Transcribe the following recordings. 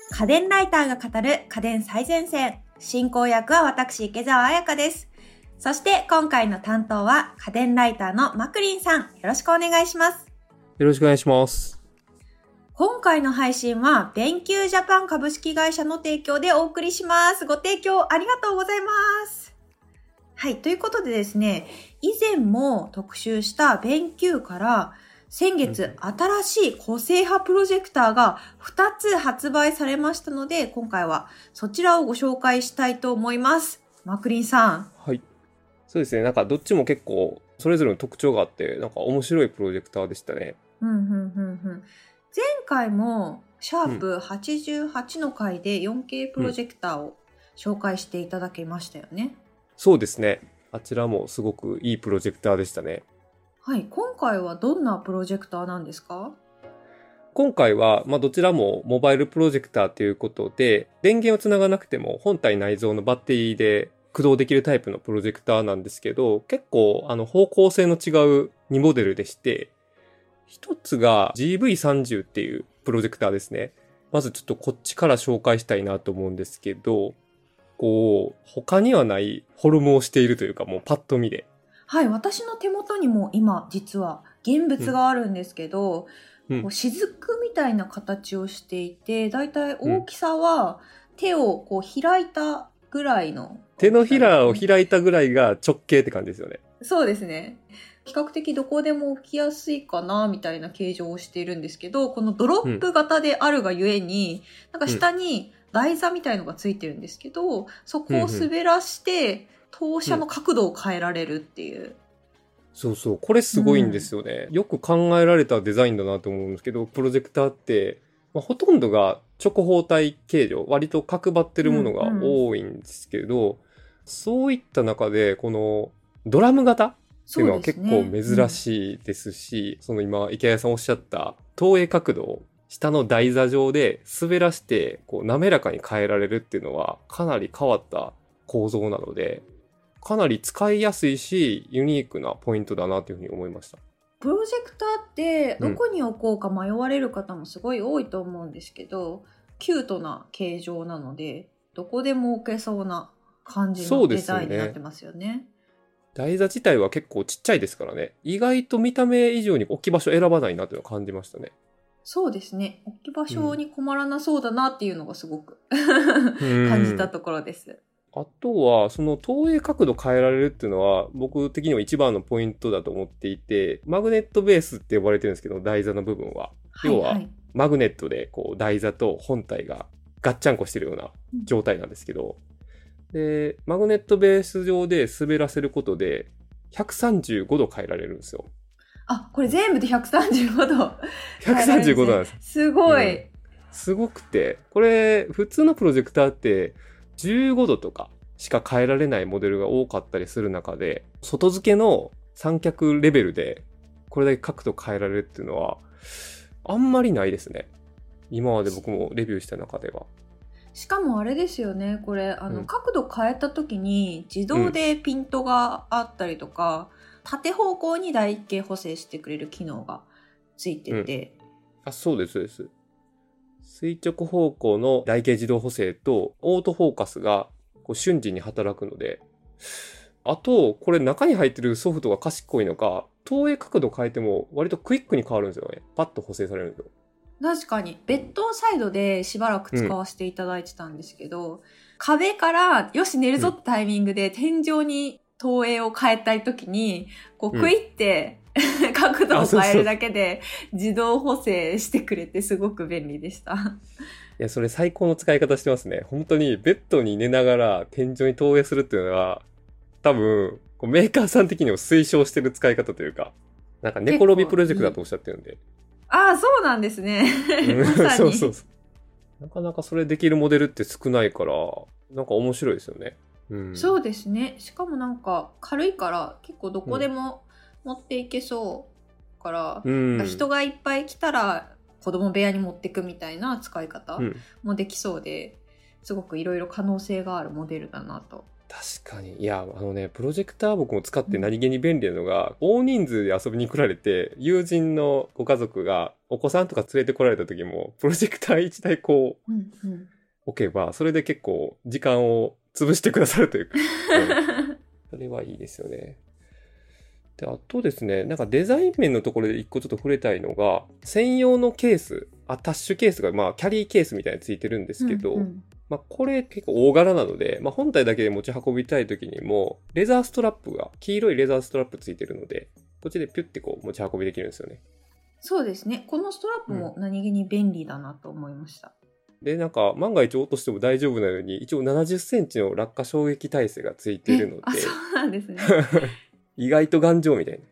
家電ライターが語る家電最前線。進行役は私、池澤彩香です。そして今回の担当は家電ライターのマクリンさん。よろしくお願いします。 よろしくお願いします。 今回の配信はベンキュージャパン株式会社の提供でお送りします。ご提供ありがとうございます。はい、ということでですね、以前も特集したベンキューから先月、新しい個性派プロジェクターが2つ発売されましたので、今回はそちらをご紹介したいと思います。マクリンさん。 はい。そうですね。なんかどっちも結構それぞれの特徴があって、なんか面白いプロジェクターでしたね。 前回もシャープ88の回で 4K プロジェクターを紹介していただけましたよね。 そうですね。あちらもすごくいいプロジェクターでしたね。 はい。今回はどんなプロジェクターなんですか？ 今回は、どちらもモバイルプロジェクターということで、電源をつながなくても本体内蔵のバッテリーで駆動できるタイプのプロジェクターなんですけど、結構方向性の違う2モデルでして、一つが GV30 っていうプロジェクターですね。まずちょっとこっちから紹介したいなと思うんですけど、他にはないフォルムをしているというか、もうパッと見で。 はい、私の手元にも今実は現物があるんですけど、雫みたいな形をしていて、だいたい大きさは手を開いたぐらいの、 手のひらを開いたぐらいが直径って感じですよね。 そうですね。比較的どこでも置きやすいかなみたいな形状をしているんですけど、このドロップ型であるがゆえに、なんか下に台座みたいのがついてるんですけど、そこを滑らして投射の角度を変えられるっていう。 そうそう、これすごいんですよね。よく考えられたデザインだなと思うんですけど、プロジェクターって、ほとんどが直方体形状、割と角張ってるものが多いんですけど、そういった中で、このドラム型っていうのは結構珍しいですし、その今、池谷さんおっしゃった投影角度を下の台座上で滑らして滑らかに変えられるっていうのはかなり変わった構造なので、かなり使いやすいしユニークなポイントだなというふうに思いました。 プロジェクターってどこに置こうか迷われる方もすごい多いと思うんですけど、キュートな形状なのでどこでも置けそうな感じのデザインになってますよね。 台座自体は結構ちっちゃいですからね。意外と見た目以上に置き場所選ばないなというのを感じましたね。 そうですね。置き場所に困らなそうだなっていうのがすごく感じたところです。 あとは、その投影角度変えられるっていうのは、僕的には一番のポイントだと思っていて、マグネットベースって呼ばれてるんですけど、台座の部分は。要は、マグネットで台座と本体がガッチャンコしてるような状態なんですけど、で、マグネットベース上で滑らせることで、135度変えられるんですよ。 あ、これ全部で135度。 135度なんです。 すごい。 すごくて、これ、普通のプロジェクターって、15度とかしか変えられないモデルが多かったりする中で、外付けの三脚レベルでこれだけ角度変えられるっていうのはあんまりないですね。今まで僕もレビューした中では。 しかもあれですよね、これ角度変えた時に自動でピントがあったりとか、縦方向に台形補正してくれる機能がついてて、 そうですそうです。垂直方向の台形自動補正とオートフォーカスが瞬時に働くので、あとこれ中に入ってるソフトが賢いのか、投影角度変えても割とクイックに変わるんですよね。パッと補正されるんですよ。 確かにベッドサイドでしばらく使わせていただいてたんですけど、壁からよし寝るぞってタイミングで天井に投影を変えたいときにクイって、角度を変えるだけで自動補正してくれてすごく便利でした。 いや、それ最高の使い方してますね。本当にベッドに寝ながら天井に投影するっていうのは多分メーカーさん的にも推奨してる使い方というか、なんか寝転びプロジェクトだとおっしゃってるんで。 そうなんですね。まさに。 そう。なかなかそれできるモデルって少ないから、なんか面白いですよね。 そうですね。しかもなんか軽いから結構どこでも持っていけそうから、人がいっぱい来たら子供部屋に持ってくみたいな使い方もできそうで、すごくいろいろ可能性があるモデルだなと確かに。いや、プロジェクター僕も使って何気に便利なのが、大人数で遊びに来られて、友人のご家族がお子さんとか連れて来られた時も、プロジェクター1台こう、置けば、それで結構時間を潰してくださるというか、それはいいですよね。で、あとですね、なんかデザイン面のところで一個ちょっと触れたいのが、専用のケース、アタッシュケースが、キャリーケースみたいについてるんですけど、これ結構大柄なので、本体だけで持ち運びたい時にも、レザーストラップが、黄色いレザーストラップついてるので、こっちでピュッてこう持ち運びできるんですよね。 そうですね。このストラップも何気に便利だなと思いました。 で、なんか万が一落としても大丈夫なように、一応70センチの落下衝撃耐性がついてるので。 あ、そうなんですね。 意外と頑丈みたい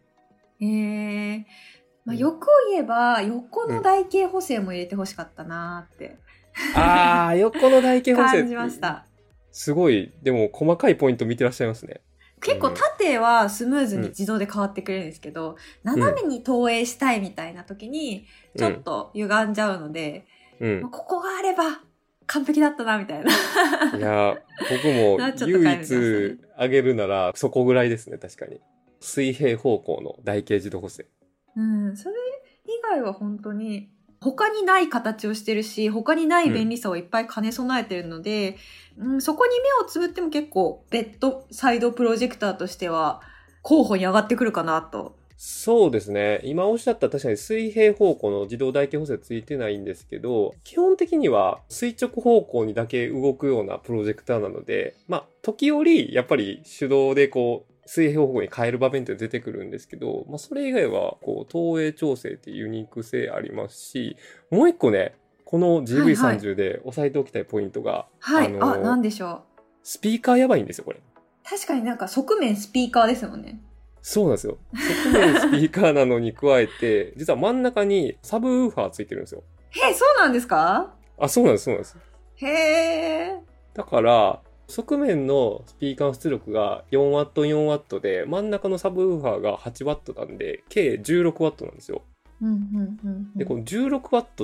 な。欲を言えば、横の台形補正も入れてほしかったなーって。 横の台形補正。 感じました。 すごい、でも細かいポイント見てらっしゃいますね。 結構縦はスムーズに自動で変わってくれるんですけど、斜めに投影したいみたいな時に、ちょっと歪んじゃうので、ここがあれば完璧だったな、みたいな。 いや、僕も唯一上げるならそこぐらいですね、確かに。水平方向の台形自動補正。 それ以外は本当に他にない形をしてるし、他にない便利さをいっぱい兼ね備えてるので、そこに目をつぶっても結構ベッドサイドプロジェクターとしては候補に上がってくるかなと。 そうですね。今おっしゃった確かに水平方向の自動台形補正ついてないんですけど、基本的には垂直方向にだけ動くようなプロジェクターなので、時折やっぱり手動でこう、水平方向に変える場面って出てくるんですけど、それ以外はこう投影調整っていうユニーク性ありますし、もう一個ね、この GV30 で押さえておきたいポイントが、 何でしょう。 スピーカーやばいんですよ、これ。 確かになんか側面スピーカーですもんね。 そうなんですよ。側面スピーカーなのに加えて、実は真ん中にサブウーファーついてるんですよ。 そうなんですか？ そうなんです、そうなんです。 へー。 だから、側面のスピーカーの出力が 4W、4W で、真ん中のサブウーファーが 8W なんで、計 16W なんですよ。で、この 16W って、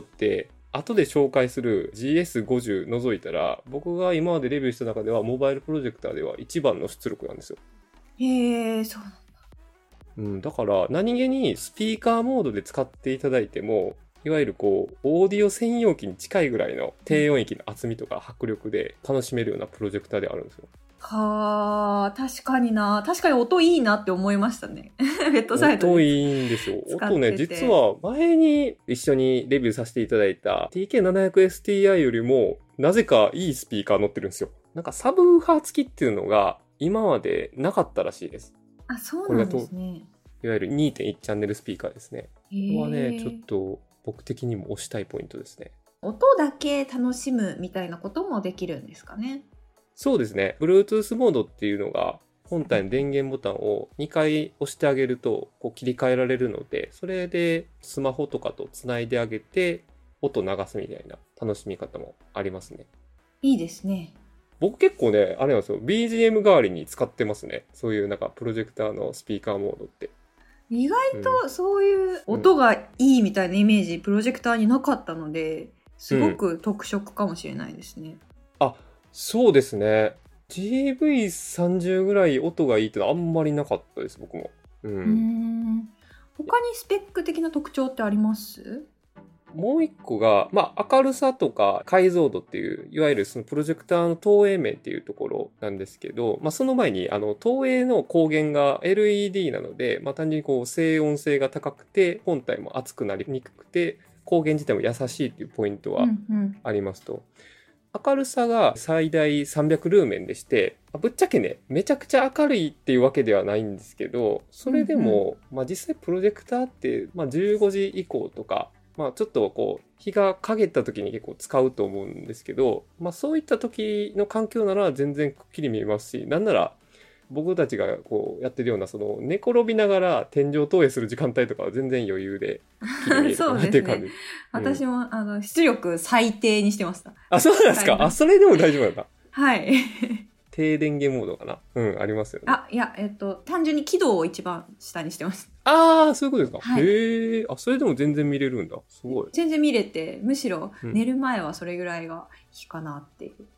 後で紹介する GS50 除いたら、僕が今までレビューした中では、モバイルプロジェクターでは一番の出力なんですよ。 へー、そうなんだ。 だから何気にスピーカーモードで使っていただいても、いわゆるこう、オーディオ専用機に近いぐらいの低音域の厚みとか迫力で楽しめるようなプロジェクターであるんですよ。 確かにな。確かに音いいなって思いましたね。ベッドサイド音いいんですよ。音ね、実は前に一緒にレビューさせていただいた TK700STI よりも、なぜかいいスピーカー乗ってるんですよ。なんかサブウーファー付きっていうのが今までなかったらしいです。 そうなんですね。 いわゆる 2.1 チャンネルスピーカーですね。これはね、ちょっと僕的にも推したいポイントですね。 音だけ楽しむみたいなこともできるんですかね。 そうですね。Bluetooth モードっていうのが本体の電源ボタンを2回押してあげるとこう切り替えられるので、それでスマホとかとつないであげて音流すみたいな楽しみ方もありますね。 いいですね。 僕結構ね、あれなんですよ。BGM 代わりに使ってますね。そういうなんかプロジェクターのスピーカーモードって。 意外とそういう音がいいみたいなイメージ、プロジェクターになかったので、すごく特色かもしれないですね。 そうですね。GV30 ぐらい音がいいってのはあんまりなかったです、僕も。 他にスペック的な特徴ってあります？ もう一個が、明るさとか解像度っていう、いわゆるそのプロジェクターの投影面っていうところなんですけど、その前に、投影の光源が LED なので、単純にこう、静音性が高くて、本体も熱くなりにくくて、光源自体も優しいっていうポイントはありますと。明るさが最大300ルーメンでして、ぶっちゃけね、めちゃくちゃ明るいっていうわけではないんですけど、それでも、実際プロジェクターって、15時以降とか、ちょっとこう、日が陰った時に結構使うと思うんですけど、そういった時の環境なら全然くっきり見えますし、なんなら僕たちがこうやってるようなその寝転びながら天井投影する時間帯とかは全然余裕でくっきり見えるかなっていう感じ。 私も出力最低にしてました。 そうなんですか。それでも大丈夫なんだ。 はい。 低電源モードかな。ありますよね。 いや、単純に輝度を一番下にしてます。 そういうことですか。 はい、 へえ。それでも全然見れるんだ。すごい。 全然見れて、むしろ寝る前はそれぐらいがいいかなっていう。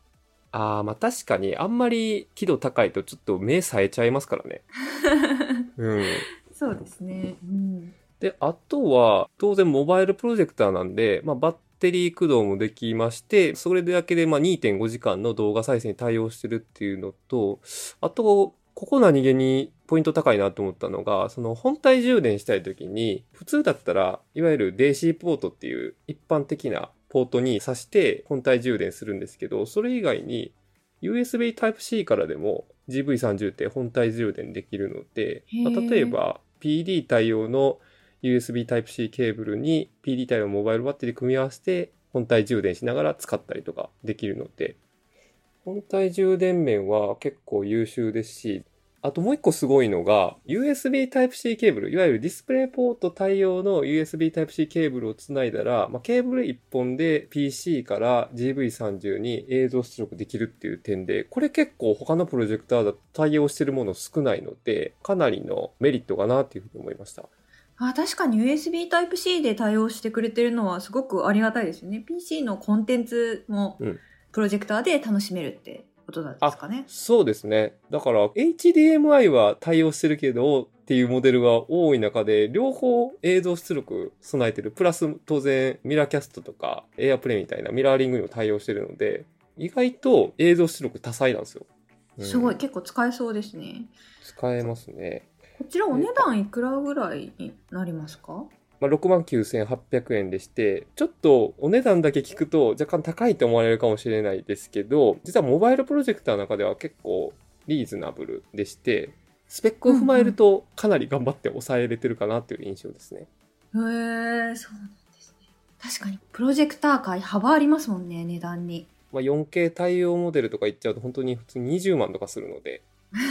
まあ確かにあんまり輝度高いとちょっと目冴えちゃいますからね。うん。 そうですね。うん。 で、あとは、当然モバイルプロジェクターなんで、まあバッテリー駆動もできまして、それだけでまあ 2.5 時間の動画再生に対応してるっていうのと、あと、ここ何気にポイント高いなと思ったのが、その本体充電したいときに、普通だったら、いわゆる DC ポートっていう一般的なポートに挿して本体充電するんですけど、それ以外に USB Type-C からでも GV30 って本体充電できるので、まあ、例えば PD 対応の USB Type-C ケーブルに PD 対応のモバイルバッテリー組み合わせて本体充電しながら使ったりとかできるので、本体充電面は結構優秀ですし、あともう一個すごいのが USB Type-C ケーブル、いわゆるディスプレイポート対応の USB Type-C ケーブルをつないだら、まあ、ケーブル1本で PC から GV30 に映像出力できるっていう点で、これ結構他のプロジェクターだと対応してるもの少ないので、かなりのメリットかなっていうふうに思いました。 確かに USB Type-C で対応してくれてるのはすごくありがたいですよね。PC のコンテンツもプロジェクターで楽しめるってことなんですかね。 そうですね。だから HDMI は対応してるけどっていうモデルが多い中で、両方映像出力備えてる。プラス当然ミラーキャストとか AirPlay みたいなミラーリングにも対応してるので、意外と映像出力多彩なんですよ。 すごい、結構使えそうですね。 使えますね。 こちらお値段いくらぐらいになりますか？ まあ、69,800円でして、ちょっとお値段だけ聞くと若干高いと思われるかもしれないですけど、実はモバイルプロジェクターの中では結構リーズナブルでして、スペックを踏まえるとかなり頑張って抑えれてるかなっていう印象ですね。 へー、そうなんですね。確かにプロジェクター界幅ありますもんね、値段に。 まあ、4K 対応モデルとか言っちゃうと本当に普通に20万とかするので。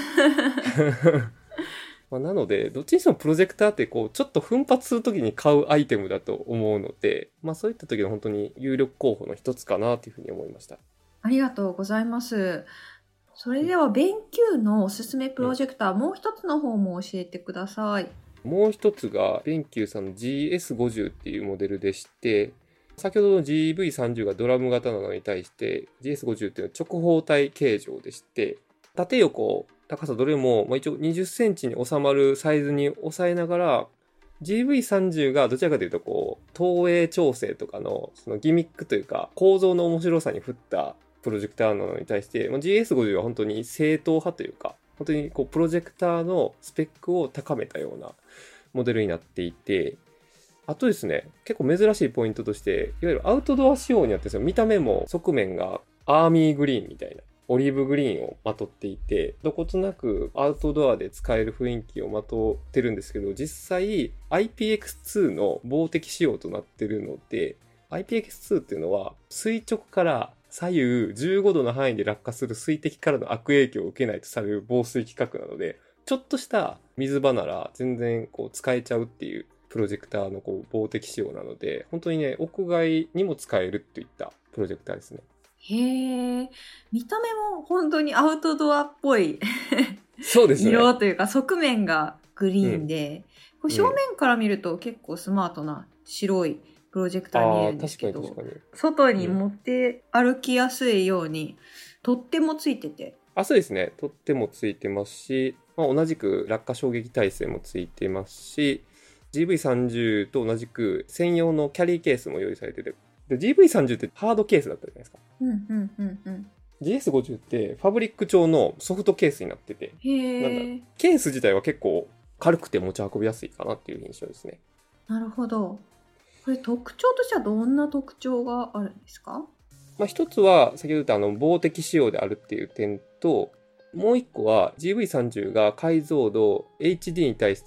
まあなので、どっちにしてもプロジェクターってこう、ちょっと奮発するときに買うアイテムだと思うので、まあそういった時の本当に有力候補の一つかなというふうに思いました。 ありがとうございます。それでは、ベンキューのおすすめプロジェクター、もう一つの方も教えてください。 もう一つが、ベンキューさんの GS50 っていうモデルでして、先ほどの GV30 がドラム型なのに対して、GS50 っていうのは直方体形状でして、縦横、高さどれも、まあ、一応20センチに収まるサイズに抑えながら、GV30 がどちらかというとこう、投影調整とかのそのギミックというか構造の面白さに振ったプロジェクターなのに対して、まあ、GS50 は本当に正統派というか、本当にこうプロジェクターのスペックを高めたようなモデルになっていて、あとですね、結構珍しいポイントとして、いわゆるアウトドア仕様になってるんですよ。見た目も側面がアーミーグリーンみたいな。オリーブグリーンをまとっていて、どことなくアウトドアで使える雰囲気をまとってるんですけど、実際 IPX2 の防滴仕様となってるので、IPX2 っていうのは垂直から左右15度の範囲で落下する水滴からの悪影響を受けないとされる防水規格なので、ちょっとした水場なら全然こう使えちゃうっていうプロジェクターのこう防滴仕様なので、本当にね、屋外にも使えるといったプロジェクターですね。 へー、見た目も本当にアウトドアっぽいそうですね。 色というか側面がグリーンで、こう正面から見ると結構スマートな白いプロジェクターに見えるんですけど、外に持って歩きやすいように取っ手もついてて。 そうですね。取っ手もついてますし、まあ、同じく落下衝撃耐性もついてますし、GV30 と同じく専用のキャリーケースも用意されてて、で GV30 ってハードケースだったじゃないですか。GS50 ってファブリック調のソフトケースになってて、なんだケース自体は結構軽くて持ち運びやすいかなっていう印象ですね。 なるほど。これ特徴としてはどんな特徴があるんですか？ まあ、一つは先ほど言った防滴仕様であるっていう点と、もう一個は GV30 が解像度 HD に対して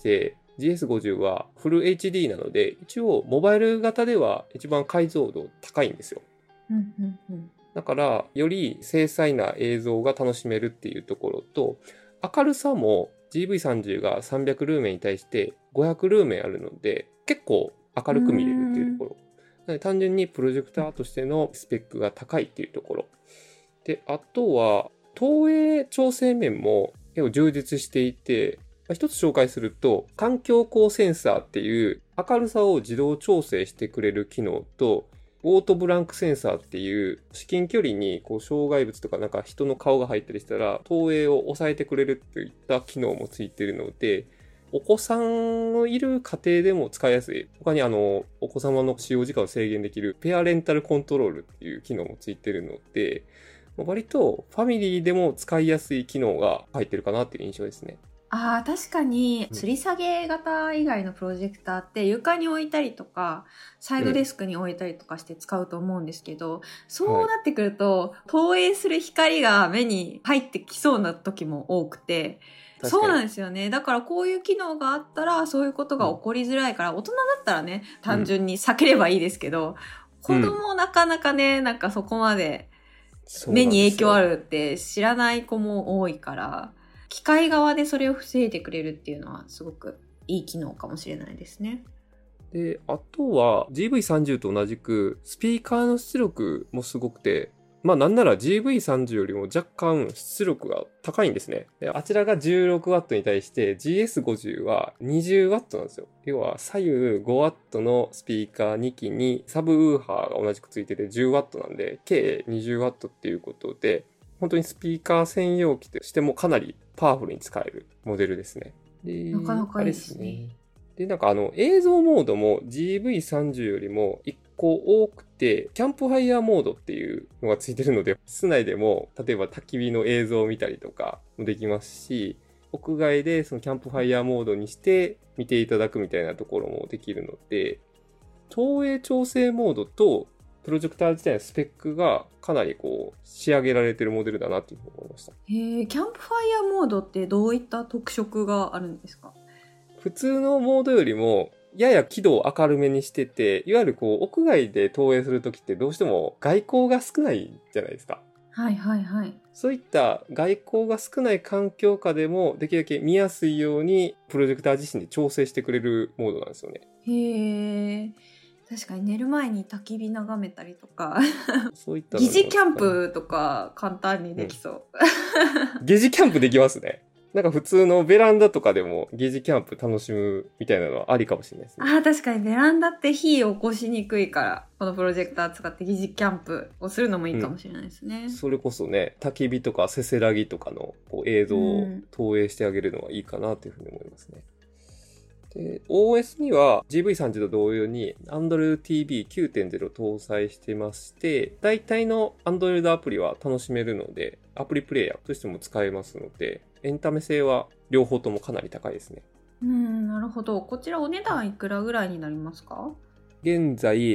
GS50 はフル HD なので、一応モバイル型では一番解像度高いんですよ。だからより精細な映像が楽しめるっていうところと、明るさも GV30 が300ルーメンに対して500ルーメンあるので結構明るく見れるっていうところ。なので単純にプロジェクターとしてのスペックが高いっていうところ。で、あとは投影調整面も結構充実していて、一つ紹介すると、環境光センサーっていう明るさを自動調整してくれる機能と、 オートブランクセンサーっていう至近距離にこう障害物とかなんか人の顔が入ったりしたら投影を抑えてくれるといった機能もついているので、お子さんのいる家庭でも使いやすい。他にお子様の使用時間を制限できるペアレンタルコントロールっていう機能もついているので、割とファミリーでも使いやすい機能が入ってるかなっていう印象ですね。 ああ、確かに、吊り下げ型以外のプロジェクターって床に置いたりとか、サイドデスクに置いたりとかして使うと思うんですけど、そうなってくると、投影する光が目に入ってきそうな時も多くて、そうなんですよね。だからこういう機能があったら、そういうことが起こりづらいから、大人だったらね、単純に避ければいいですけど、子供なかなかね、なんかそこまで目に影響あるって知らない子も多いから、機械側でそれを防いでくれるっていうのはすごくいい機能かもしれないですね。 で、あとは GV30 と同じくスピーカーの出力もすごくて、なんなら GV30 よりも若干出力が高いんですね。で、あちらが 16W に対して GS50 は 20W なんですよ。要は左右 5W のスピーカー2機にサブウーハーが同じくついてて 10W なんで計 20W っていうことで、本当にスピーカー専用機としてもかなりパワフルに使えるモデルですね。で、 なかなかいいですね。 で、映像モードも GV30 よりも1個多くて、キャンプファイヤーモードっていうのがついてるので、室内でも例えば焚き火の映像を見たりとかもできますし、屋外でそのキャンプファイヤーモードにして見ていただくみたいなところもできるので、投影調整モードとプロジェクター自体のスペックがかなり仕上げられてるモデルだなっていうふうに思いました。 キャンプファイヤーモードってどういった特色があるんですか？ 普通のモードよりもやや輝度を明るめにしてて、いわゆる屋外で投影するときってどうしても外光が少ないじゃないですか。 はいはいはい。 そういった外光が少ない環境下でもできるだけ見やすいようにプロジェクター自身で調整してくれるモードなんですよね。 へー。確かに寝る前に焚き火眺めたりとかそういった疑似キャンプとか簡単にできそう、 疑似キャンプできますね。なんか普通のベランダとかでも疑似キャンプ楽しむみたいなのはありかもしれないですね。 ああ、確かにベランダって火を起こしにくいから、このプロジェクター使って疑似キャンプをするのもいいかもしれないですね。 それこそね、焚き火とかせせらぎとかの映像を投影してあげるのはいいかなというふうに思いますね。で、OS には GV30 と同様に Android TV 9.0 搭載してまして、大体の Android アプリは楽しめるので、アプリプレイヤーとしても使えますので、エンタメ性は両方ともかなり高いですね。 なるほど。こちらお値段いくらぐらいになりますか？ 現在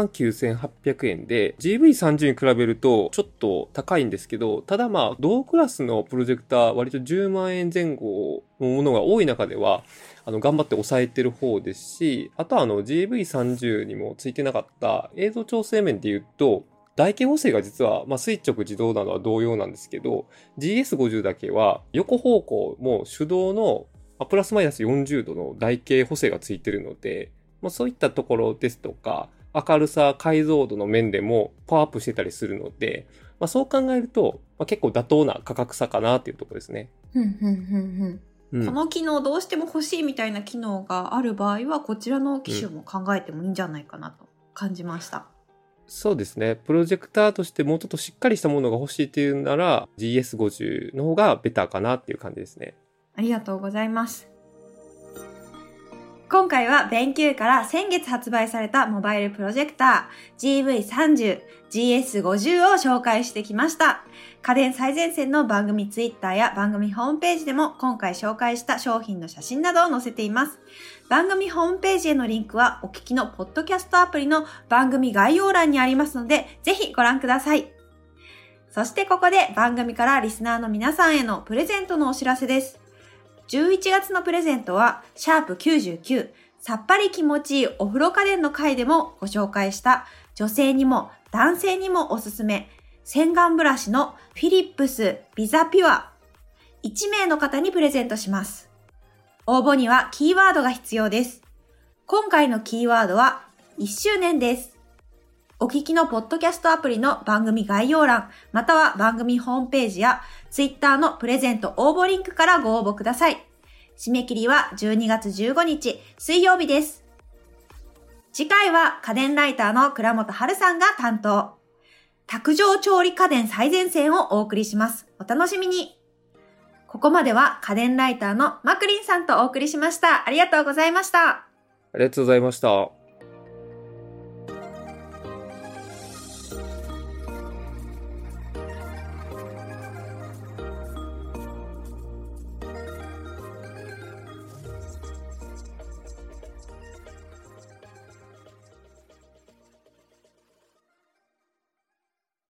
89,800 円で GV30 に比べるとちょっと高いんですけど、ただ同クラスのプロジェクター割と10万円前後のものが多い中では頑張って抑えてる方ですし、あとはGV30 にもついてなかった映像調整面で言うと台形補正が実は垂直自動なのは同様なんですけど、 GS50 だけは横方向も手動のプラスマイナス40度の台形補正がついてるので、そういったところですとか、明るさ、解像度の面でもパワーアップしてたりするので、そう考えると、結構妥当な価格差かなっていうところですね。 この機能どうしても欲しいみたいな機能がある場合は、こちらの機種も考えてもいいんじゃないかなと感じました。 そうですね。プロジェクターとしてもうちょっとしっかりしたものが欲しいっていうなら GS50 の方がベターかなっていう感じですね。 ありがとうございます。今回はBenQから先月発売されたモバイルプロジェクター GV30、GS50 を紹介してきました。家電最前線の番組ツイッターや番組ホームページでも今回紹介した商品の写真などを載せています。番組ホームページへのリンクはお聞きのポッドキャストアプリの番組概要欄にありますので、ぜひご覧ください。そしてここで番組からリスナーの皆さんへのプレゼントのお知らせです。11月のプレゼントは、#99 さっぱり気持ちいいお風呂家電の回でもご紹介した女性にも男性にもおすすめ洗顔ブラシのフィリップスビザピュア1名の方にプレゼントします。応募にはキーワードが必要です。今回のキーワードは1周年です。お聞きのポッドキャストアプリの番組概要欄、または番組ホームページやツイッターのプレゼント応募リンクからご応募ください。締め切りは12月15日水曜日です。 次回は家電ライターの倉本春さんが担当。卓上調理家電最前線をお送りします。お楽しみに。ここまでは家電ライターのマクリンさんとお送りしました。ありがとうございました。 ありがとうございました。